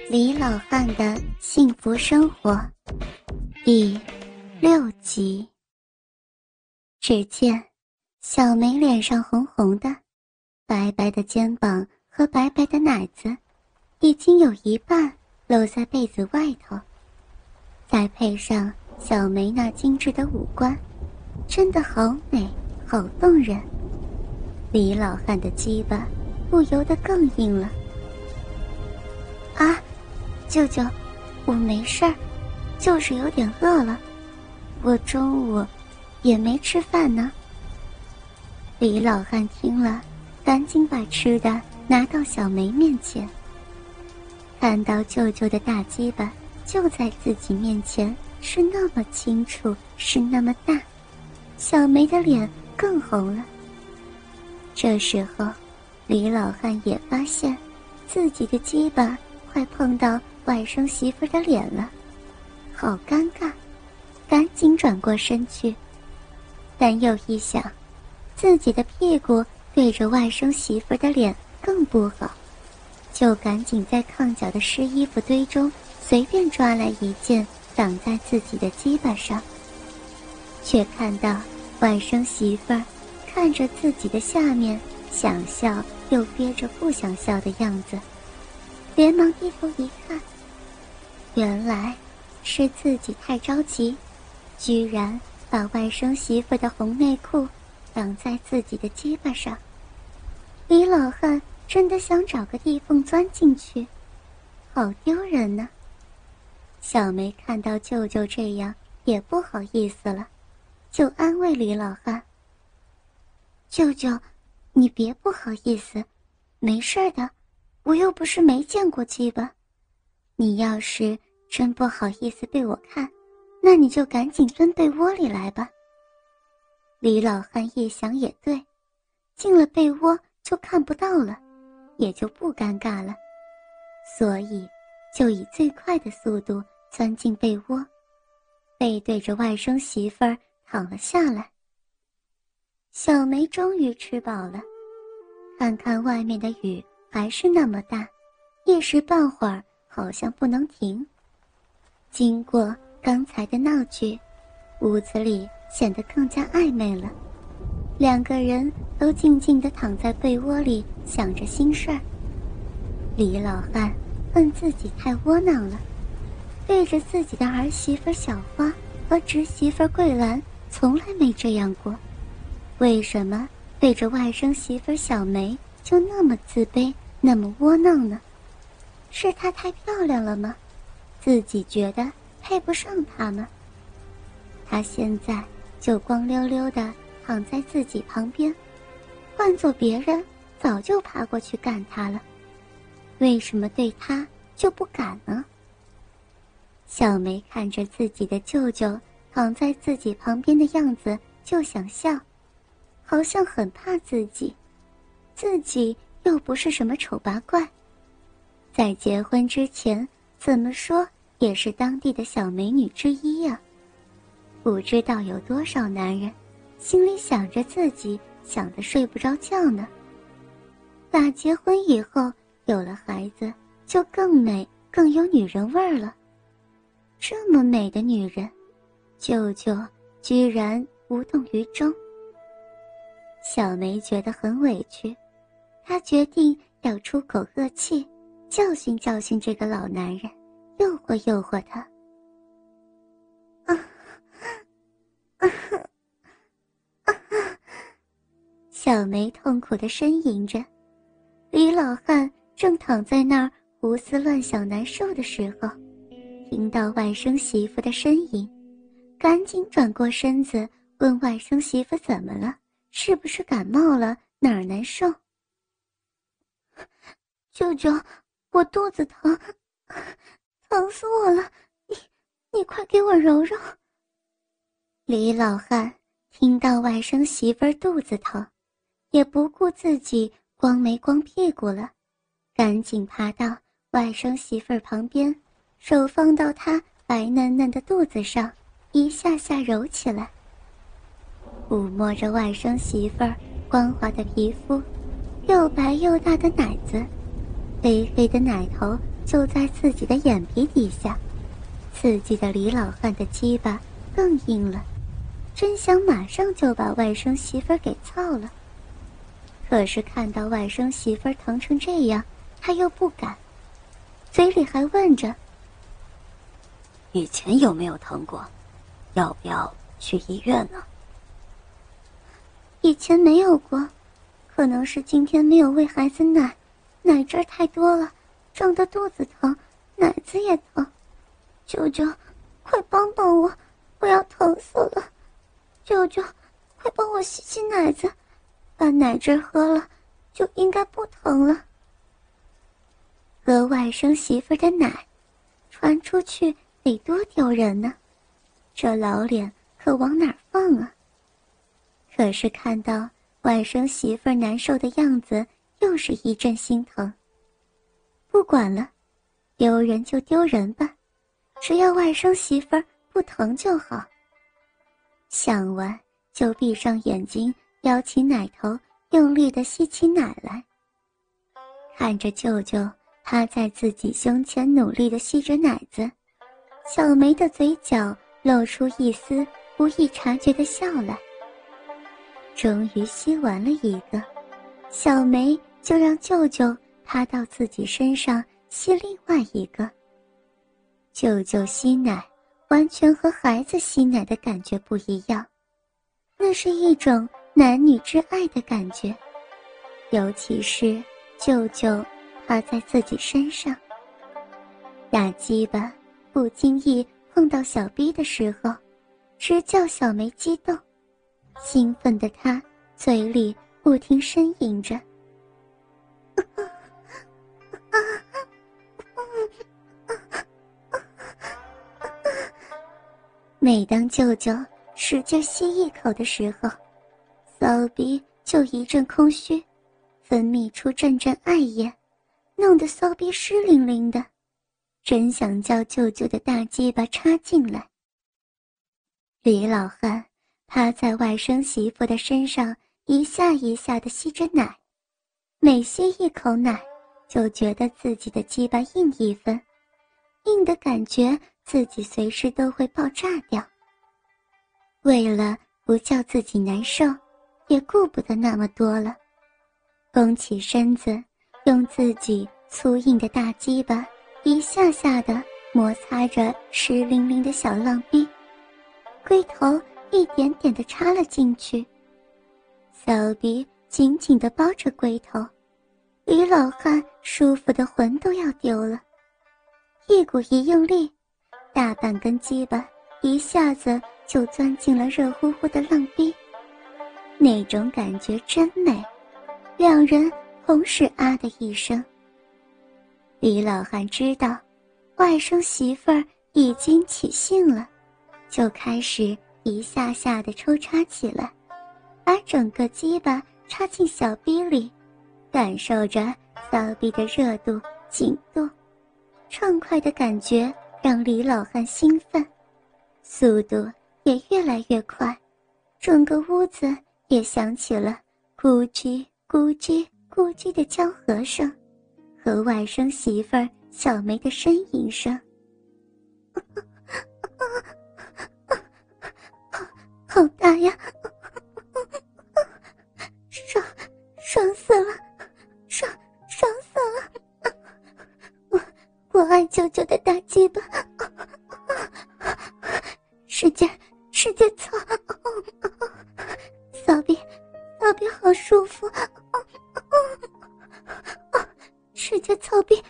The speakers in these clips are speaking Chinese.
李老汉的幸福生活第6集。只见小梅脸上红红的，白白的肩膀和白白的奶子已经有一半露在被子外头，再配上小梅那精致的五官，真的好美好动人。李老汉的鸡巴不由得更硬了。啊，舅舅，我没事儿，就是有点饿了，我中午也没吃饭呢。李老汉听了，赶紧把吃的拿到小梅面前。看到舅舅的大鸡巴就在自己面前，是那么清楚，是那么大，小梅的脸更红了。这时候，李老汉也发现自己的鸡巴快碰到外甥媳妇的脸了，好尴尬，赶紧转过身去。但又一想，自己的屁股对着外甥媳妇的脸更不好，就赶紧在炕角的湿衣服堆中随便抓来一件挡在自己的鸡巴上，却看到外甥媳妇看着自己的下面，想笑又憋着不想笑的样子，连忙低头一看，原来是自己太着急，居然把外甥媳妇的红内裤挡在自己的鸡巴上。李老汉真的想找个地缝钻进去，好丢人呢。小梅看到舅舅这样也不好意思了，就安慰李老汉：舅舅，你别不好意思，没事的，我又不是没见过鸡巴。你要是真不好意思被我看，那你就赶紧钻被窝里来吧。李老汉一想也对，进了被窝就看不到了，也就不尴尬了，所以就以最快的速度钻进被窝，背对着外甥媳妇儿躺了下来。小梅终于吃饱了，看看外面的雨还是那么大，一时半会儿好像不能停。经过刚才的闹剧，屋子里显得更加暧昧了，两个人都静静地躺在被窝里想着心事儿。李老汉恨自己太窝囊了，对着自己的儿媳妇小花和侄媳妇桂兰从来没这样过，为什么对着外甥媳妇小梅就那么自卑，那么窝囊呢？是她太漂亮了吗？自己觉得配不上她吗？她现在就光溜溜地躺在自己旁边，换做别人早就爬过去干她了，为什么对她就不敢呢？小梅看着自己的舅舅躺在自己旁边的样子就想笑，好像很怕自己，自己又不是什么丑八怪，在结婚之前怎么说也是当地的小美女之一呀。不知道有多少男人心里想着自己，想得睡不着觉呢。打结婚以后有了孩子就更美更有女人味儿了，这么美的女人，舅舅居然无动于衷。小梅觉得很委屈，她决定要出口恶气，教训教训这个老男人，诱惑诱惑他。小梅痛苦地呻吟着，李老汉正躺在那儿胡思乱想难受的时候，听到外甥媳妇的呻吟，赶紧转过身子问外甥媳妇怎么了，是不是感冒了，哪儿难受？舅舅，我肚子疼，疼死我了，你快给我揉揉。李老汉听到外甥媳妇肚子疼，也不顾自己光没光屁股了，赶紧爬到外甥媳妇旁边，手放到她白嫩嫩的肚子上，一下下揉起来，抚摸着外甥媳妇光滑的皮肤，又白又大的奶子，黑黑的奶头就在自己的眼皮底下，刺激的李老汉的鸡巴更硬了，真想马上就把外甥媳妇给操了。可是看到外甥媳妇疼成这样，他又不敢，嘴里还问着： 以前有没有疼过？要不要去医院呢？ 以前没有过，可能是今天没有喂孩子奶，奶汁太多了，胀得肚子疼，奶子也疼。舅舅，快帮帮我，我要疼死了！舅舅，快帮我吸奶子，把奶汁喝了，就应该不疼了。喝外甥媳妇的奶，传出去得多丢人呢，这老脸可往哪儿放啊？可是看到外甥媳妇难受的样子，又是一阵心疼。不管了，丢人就丢人吧，只要外甥媳妇不疼就好。想完就闭上眼睛，摇起奶头，用力地吸起奶来。看着舅舅趴在自己胸前努力地吸着奶子，小梅的嘴角露出一丝不易察觉的笑来。终于吸完了一个，小梅就让舅舅趴到自己身上吸另外一个。舅舅吸奶完全和孩子吸奶的感觉不一样，那是一种男女之爱的感觉，尤其是舅舅趴在自己身上，大鸡巴不经意碰到小逼的时候，直叫小梅激动。兴奋的他嘴里不停呻吟着。每当舅舅使劲吸一口的时候，骚逼就一阵空虚，分泌出阵阵爱液，弄得骚逼湿淋淋的，真想叫舅舅的大鸡巴插进来。李老汉趴在外甥媳妇的身上，一下一下地吸着奶，每吸一口奶，就觉得自己的鸡巴硬一分，硬的感觉自己随时都会爆炸掉。为了不叫自己难受，也顾不得那么多了，弓起身子，用自己粗硬的大鸡巴一下下地摩擦着湿淋淋的小浪逼，龟头一点点地插了进去，小鼻紧紧地包着龟头，李老汉舒服的魂都要丢了，一股一用力，大半根鸡巴一下子就钻进了热乎乎的浪逼，那种感觉真美，两人同时啊的一声。李老汉知道外甥媳妇儿已经起兴了，就开始一下下地抽插起来，把整个鸡巴插进小逼里，感受着骚逼的热度紧度，畅快的感觉让李老汉兴奋，速度也越来越快，整个屋子也响起了咕叽咕叽咕叽的交合声和外甥媳妇儿小梅的呻吟声。好大呀，爽死了，爽死了！我爱舅舅的大鸡巴，使劲操，骚逼好舒服，使劲操逼，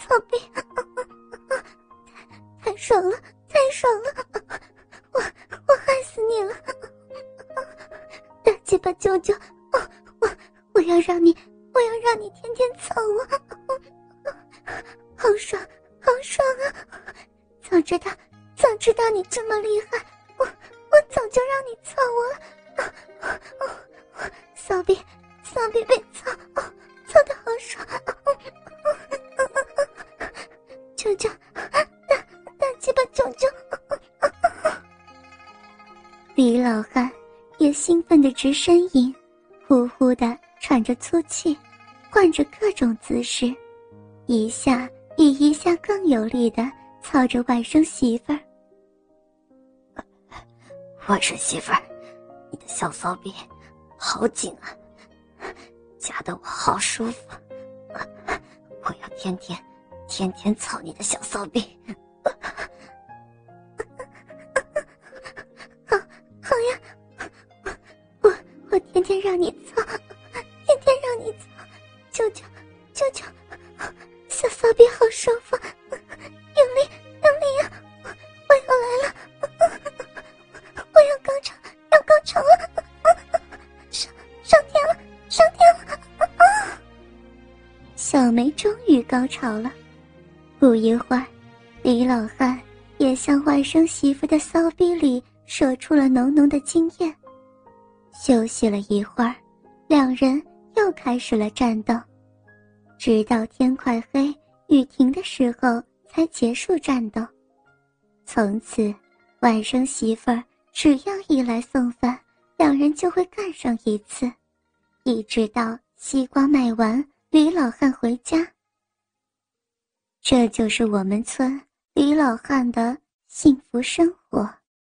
太爽了，我害死你了，大鸡巴舅舅，我要让你天天操我，好爽啊！早知道你这么厉害，我早就让你操我了。骚逼被操得好爽，舅舅，大鸡巴舅舅。李老汉也兴奋地直呻吟，呼呼地喘着粗气，换着各种姿势，一下比一下更有力地操着外甥媳妇儿。 外甥媳妇儿，你的小骚逼好紧啊，夹得我好舒服，我要天天操你的小骚逼。 好呀，我天天让你操，天天让你操，求求，小骚逼好舒服，用力呀，我要来了，我要高潮了，上天了，小梅终于高潮了。不一会儿，李老汉也向外甥媳妇的骚逼里射出了浓浓的精液。休息了一会儿，两人又开始了战斗，直到天快黑雨停的时候才结束战斗。从此，外甥媳妇儿只要一来送饭，两人就会干上一次，一直到西瓜卖完，李老汉回家。这就是我们村李老汉的幸福生活。